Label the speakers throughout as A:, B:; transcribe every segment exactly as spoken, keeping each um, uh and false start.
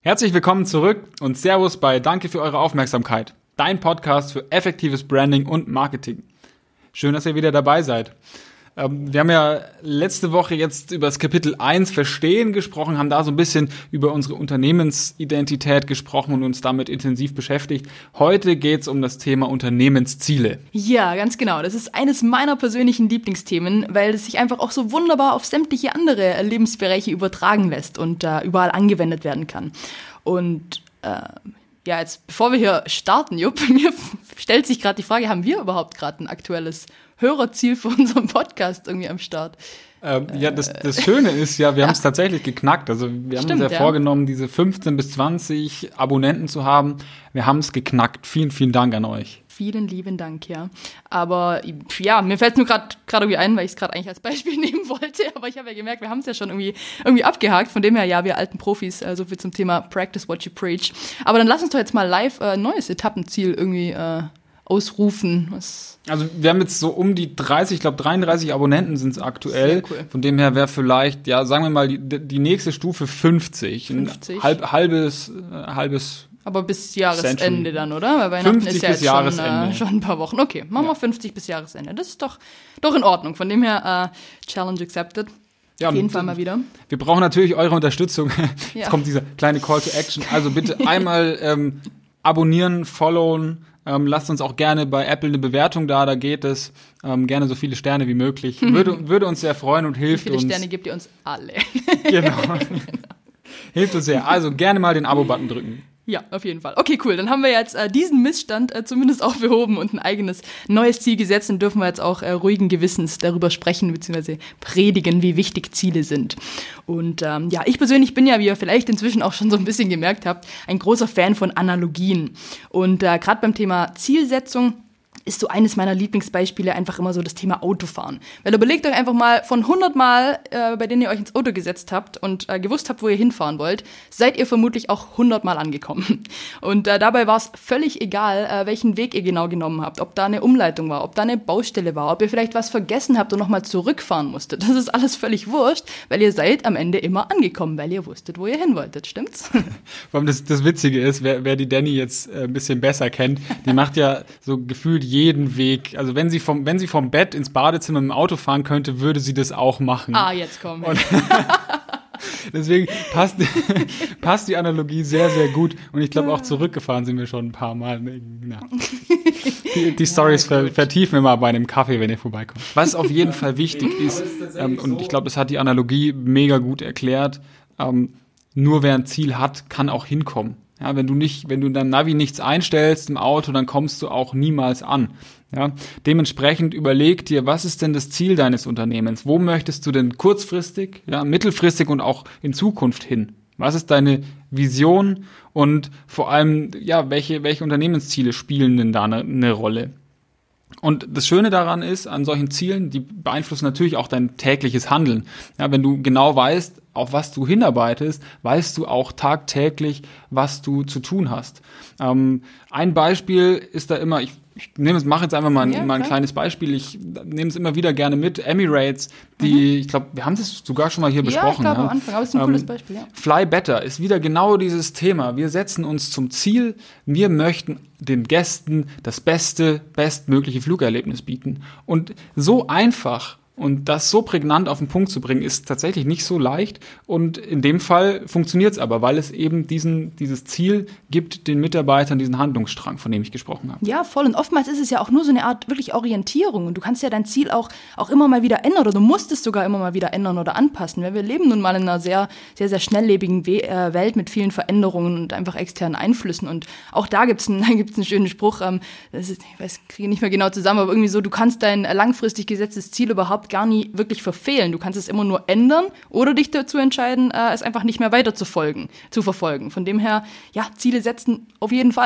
A: Herzlich willkommen zurück und Servus bei Danke für eure Aufmerksamkeit. Dein Podcast für effektives Branding und Marketing. Schön, dass ihr wieder dabei seid. Ähm, wir haben ja letzte Woche jetzt über das Kapitel eins Verstehen gesprochen, haben da so ein bisschen über unsere Unternehmensidentität gesprochen und uns damit intensiv beschäftigt. Heute geht's um das Thema Unternehmensziele.
B: Ja, ganz genau. Das ist eines meiner persönlichen Lieblingsthemen, weil es sich einfach auch so wunderbar auf sämtliche andere Lebensbereiche übertragen lässt und äh, überall angewendet werden kann. Und äh, ja, jetzt bevor wir hier starten, Jupp, mir stellt sich gerade die Frage, haben wir überhaupt gerade ein aktuelles Hörerziel für unseren Podcast irgendwie am Start?
A: Ähm, äh, ja, das, das Schöne ist ja, wir ja. haben es tatsächlich geknackt. Also wir haben Stimmt, uns ja, ja vorgenommen, diese fünfzehn bis zwanzig Abonnenten zu haben. Wir haben es geknackt. Vielen, vielen Dank an euch.
B: Vielen lieben Dank, ja. Aber ja, mir fällt es nur gerade irgendwie ein, weil ich es gerade eigentlich als Beispiel nehmen wollte. Aber ich habe ja gemerkt, wir haben es ja schon irgendwie, irgendwie abgehakt. Von dem her, ja, wir alten Profis, äh, so viel zum Thema Practice what you preach. Aber dann lass uns doch jetzt mal live ein äh, neues Etappenziel irgendwie äh, ausrufen. Was
A: also wir haben jetzt so um die dreißig, ich glaube dreiunddreißig Abonnenten sind es aktuell. Sehr cool. Von dem her wäre vielleicht, ja, sagen wir mal, die, die nächste Stufe fünfzig.
B: fünfzig.
A: Ein halb, halbes, äh, halbes
B: Aber bis Jahresende Century. Dann, oder? Weil Weihnachten ist ja jetzt schon, äh, schon ein paar Wochen. Okay, machen wir ja. fünfzig bis Jahresende. Das ist doch, doch in Ordnung. Von dem her, uh, Challenge accepted. Ja, auf jeden Fall mal wieder.
A: Wir brauchen natürlich eure Unterstützung. Jetzt
B: ja.
A: kommt dieser kleine Call to Action. Also bitte einmal ähm, abonnieren, followen. Ähm, lasst uns auch gerne bei Apple eine Bewertung da, da geht es. Ähm, gerne so viele Sterne wie möglich. Würde, würde uns sehr freuen und hilft uns.
B: Wie viele uns. Sterne gebt ihr uns alle?
A: Genau. Hilft uns sehr. Also gerne mal den Abo-Button drücken.
B: Ja, auf jeden Fall. Okay, cool. Dann haben wir jetzt äh, diesen Missstand äh, zumindest auch behoben und ein eigenes neues Ziel gesetzt. Dann dürfen wir jetzt auch äh, ruhigen Gewissens darüber sprechen bzw. predigen, wie wichtig Ziele sind. Und ähm, ja, ich persönlich bin ja, wie ihr vielleicht inzwischen auch schon so ein bisschen gemerkt habt, ein großer Fan von Analogien. Und äh, gerade beim Thema Zielsetzung ist so eines meiner Lieblingsbeispiele einfach immer so das Thema Autofahren. Weil überlegt euch einfach mal, von hundert Mal, äh, bei denen ihr euch ins Auto gesetzt habt und äh, gewusst habt, wo ihr hinfahren wollt, seid ihr vermutlich auch hundert Mal angekommen. Und äh, dabei war es völlig egal, äh, welchen Weg ihr genau genommen habt. Ob da eine Umleitung war, ob da eine Baustelle war, ob ihr vielleicht was vergessen habt und nochmal zurückfahren musstet. Das ist alles völlig wurscht, weil ihr seid am Ende immer angekommen, weil ihr wusstet, wo ihr hin wolltet. Stimmt's?
A: Vor allem das, das Witzige ist, wer, wer die Danny jetzt äh, ein bisschen besser kennt, die macht ja so gefühlt jeden Weg. Also wenn sie vom wenn sie vom Bett ins Badezimmer im Auto fahren könnte, würde sie das auch machen.
B: Ah, jetzt komm.
A: Und deswegen passt, passt die Analogie sehr, sehr gut. Und ich glaube, auch zurückgefahren sind wir schon ein paar Mal. Na. Die, die Storys ja, ver, vertiefen wir mal bei einem Kaffee, wenn ihr vorbeikommt. Was auf jeden Fall wichtig ist, ähm, und ich glaube, das hat die Analogie mega gut erklärt, ähm, nur wer ein Ziel hat, kann auch hinkommen. Ja, wenn du nicht, wenn du in deinem Navi nichts einstellst im Auto, dann kommst du auch niemals an. Ja, dementsprechend überleg dir, was ist denn das Ziel deines Unternehmens? Wo möchtest du denn kurzfristig, ja, mittelfristig und auch in Zukunft hin? Was ist deine Vision und vor allem, ja, welche, welche Unternehmensziele spielen denn da eine, eine Rolle? Und das Schöne daran ist, an solchen Zielen, die beeinflussen natürlich auch dein tägliches Handeln. Ja, wenn du genau weißt, auf was du hinarbeitest, weißt du auch tagtäglich, was du zu tun hast. Ähm, ein Beispiel ist da immer, ich, ich nehme es, mache jetzt einfach mal, ja, mal ein kleines Beispiel. Ich nehme es immer wieder gerne mit. Emirates, die, mhm. ich glaube, wir haben das sogar schon mal hier
B: ja,
A: besprochen.
B: Ich glaube, ja, am Anfang, aber es ist ein ähm, cooles Beispiel. Ja.
A: Fly Better ist wieder genau dieses Thema. Wir setzen uns zum Ziel, wir möchten den Gästen das beste, bestmögliche Flugerlebnis bieten. Und so einfach und das so prägnant auf den Punkt zu bringen, ist tatsächlich nicht so leicht. Und in dem Fall funktioniert es aber, weil es eben diesen, dieses Ziel gibt, den Mitarbeitern diesen Handlungsstrang, von dem ich gesprochen habe.
B: Ja, voll. Und oftmals ist es ja auch nur so eine Art wirklich Orientierung. Und du kannst ja dein Ziel auch, auch immer mal wieder ändern oder du musst es sogar immer mal wieder ändern oder anpassen. Weil wir leben nun mal in einer sehr, sehr, sehr schnelllebigen We- äh, Welt mit vielen Veränderungen und einfach externen Einflüssen. Und auch da gibt es einen, einen schönen Spruch, ähm, das ist, ich weiß, kriege nicht mehr genau zusammen, aber irgendwie so, du kannst dein langfristig gesetztes Ziel überhaupt gar nie wirklich verfehlen. Du kannst es immer nur ändern oder dich dazu entscheiden, äh, es einfach nicht mehr weiter zu folgen, zu verfolgen. Von dem her, ja, Ziele setzen auf jeden Fall.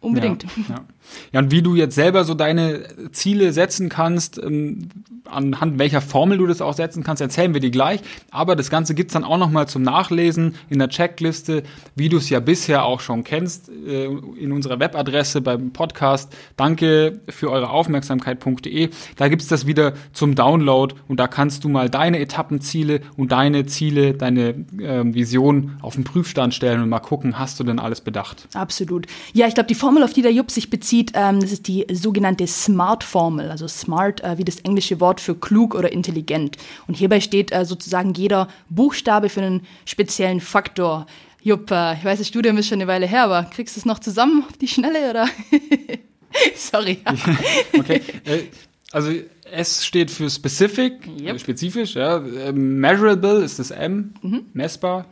B: unbedingt.
A: Ja, ja. ja, und wie du jetzt selber so deine Ziele setzen kannst, ähm, anhand welcher Formel du das auch setzen kannst, erzählen wir dir gleich. Aber das Ganze gibt's dann auch nochmal zum Nachlesen in der Checkliste, wie du es ja bisher auch schon kennst, äh, in unserer Webadresse beim Podcast. Danke für eure Aufmerksamkeit.de. Da gibt's das wieder zum Download und da kannst du mal deine Etappenziele und deine Ziele, deine äh, Vision auf den Prüfstand stellen und mal gucken, hast du denn alles bedacht?
B: Absolut. Ja, ich glaube, die Formel, auf die der Jupp sich bezieht, ähm, das ist die sogenannte SMART-Formel. Also SMART äh, wie das englische Wort für klug oder intelligent. Und hierbei steht äh, sozusagen jeder Buchstabe für einen speziellen Faktor. Jupp, äh, ich weiß, das Studium ist schon eine Weile her, aber kriegst du es noch zusammen auf die Schnelle, oder? Sorry.
A: Okay, äh, also S steht für specific,
B: Yep.
A: äh, spezifisch, ja. Äh, measurable ist das M, mhm. messbar.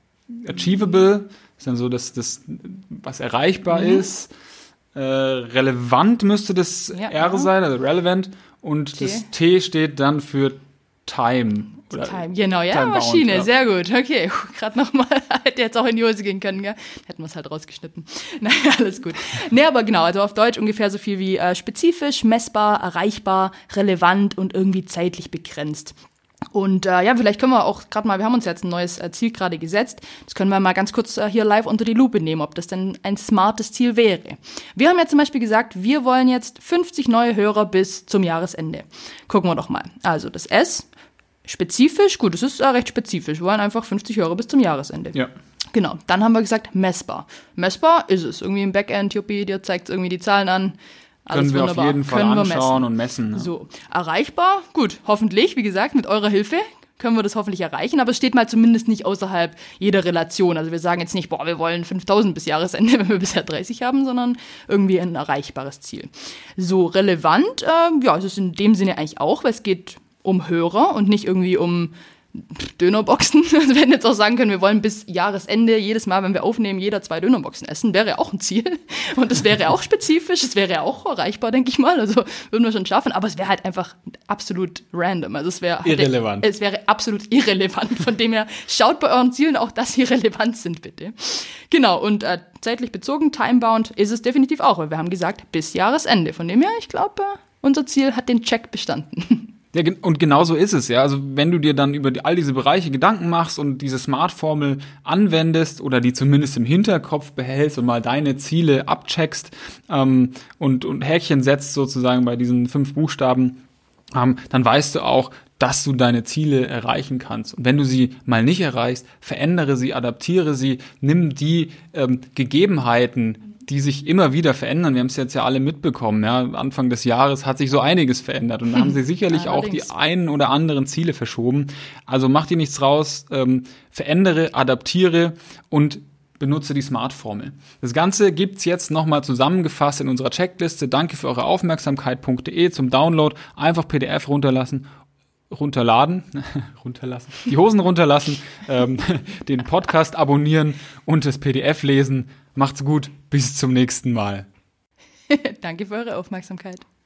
A: Achievable ist dann so das, das was erreichbar mhm. ist. Äh, relevant müsste das
B: ja,
A: R ja. sein, also relevant. Und
B: T.
A: das T steht dann für Time. Oder
B: Time, genau, ja,
A: Time
B: Maschine,
A: bound, ja.
B: sehr gut. Okay, gerade nochmal, hätte jetzt auch in die Hose gehen können, gell? Hätten wir es halt rausgeschnitten. Naja, alles gut. Nee, aber genau, also auf Deutsch ungefähr so viel wie äh, spezifisch, messbar, erreichbar, relevant und irgendwie zeitlich begrenzt. Und äh, ja, vielleicht können wir auch gerade mal, wir haben uns jetzt ein neues äh, Ziel gerade gesetzt, das können wir mal ganz kurz äh, hier live unter die Lupe nehmen, ob das denn ein smartes Ziel wäre. Wir haben ja zum Beispiel gesagt, wir wollen jetzt fünfzig neue Hörer bis zum Jahresende. Gucken wir doch mal. Also das S, spezifisch, gut, es ist äh, recht spezifisch, wir wollen einfach fünfzig Hörer bis zum Jahresende.
A: Ja.
B: Genau, dann haben wir gesagt, messbar. Messbar ist es, irgendwie im Backend, Juppie, dir zeigt irgendwie die Zahlen an. Alles
A: können wir
B: wunderbar.
A: auf jeden Fall
B: können
A: anschauen
B: messen.
A: und messen. Ja.
B: So, erreichbar, gut, hoffentlich, wie gesagt, mit eurer Hilfe können wir das hoffentlich erreichen, aber es steht mal zumindest nicht außerhalb jeder Relation. Also wir sagen jetzt nicht, boah, wir wollen fünftausend bis Jahresende, wenn wir bisher dreißig haben, sondern irgendwie ein erreichbares Ziel. So, relevant, äh, ja, es ist in dem Sinne eigentlich auch, weil es geht um Hörer und nicht irgendwie um Dönerboxen. Also wir hätten jetzt auch sagen können, wir wollen bis Jahresende jedes Mal, wenn wir aufnehmen, jeder zwei Dönerboxen essen. Wäre auch ein Ziel. Und das wäre auch spezifisch. Es wäre auch erreichbar, denke ich mal. Also würden wir schon schaffen. Aber es wäre halt einfach absolut random. Also es wäre
A: irrelevant.
B: Es wäre absolut irrelevant. Von dem her, schaut bei euren Zielen auch, dass sie relevant sind, bitte. Genau. Und äh, zeitlich bezogen, timebound, ist es definitiv auch. Weil wir haben gesagt, bis Jahresende. Von dem her, ich glaube, äh, unser Ziel hat den Check bestanden.
A: Ja, und genau so ist es, ja. Also wenn du dir dann über die, all diese Bereiche Gedanken machst und diese Smart-Formel anwendest oder die zumindest im Hinterkopf behältst und mal deine Ziele abcheckst ähm, und, und Häkchen setzt sozusagen bei diesen fünf Buchstaben, ähm, dann weißt du auch, dass du deine Ziele erreichen kannst. Und wenn du sie mal nicht erreichst, verändere sie, adaptiere sie, nimm die ähm, Gegebenheiten, die sich immer wieder verändern. Wir haben es jetzt ja alle mitbekommen. Ja? Anfang des Jahres hat sich so einiges verändert und da haben sie sicherlich auch die einen oder anderen Ziele verschoben. Also mach dir nichts raus, ähm, verändere, adaptiere und benutze die Smart-Formel. Das Ganze gibt's jetzt nochmal zusammengefasst in unserer Checkliste. Danke für eure Aufmerksamkeit.de zum Download. Einfach P D F runterlassen. runterladen, runterlassen, die Hosen runterlassen, ähm, den Podcast abonnieren und das P D F lesen. Macht's gut, bis zum nächsten Mal.
B: Danke für eure Aufmerksamkeit.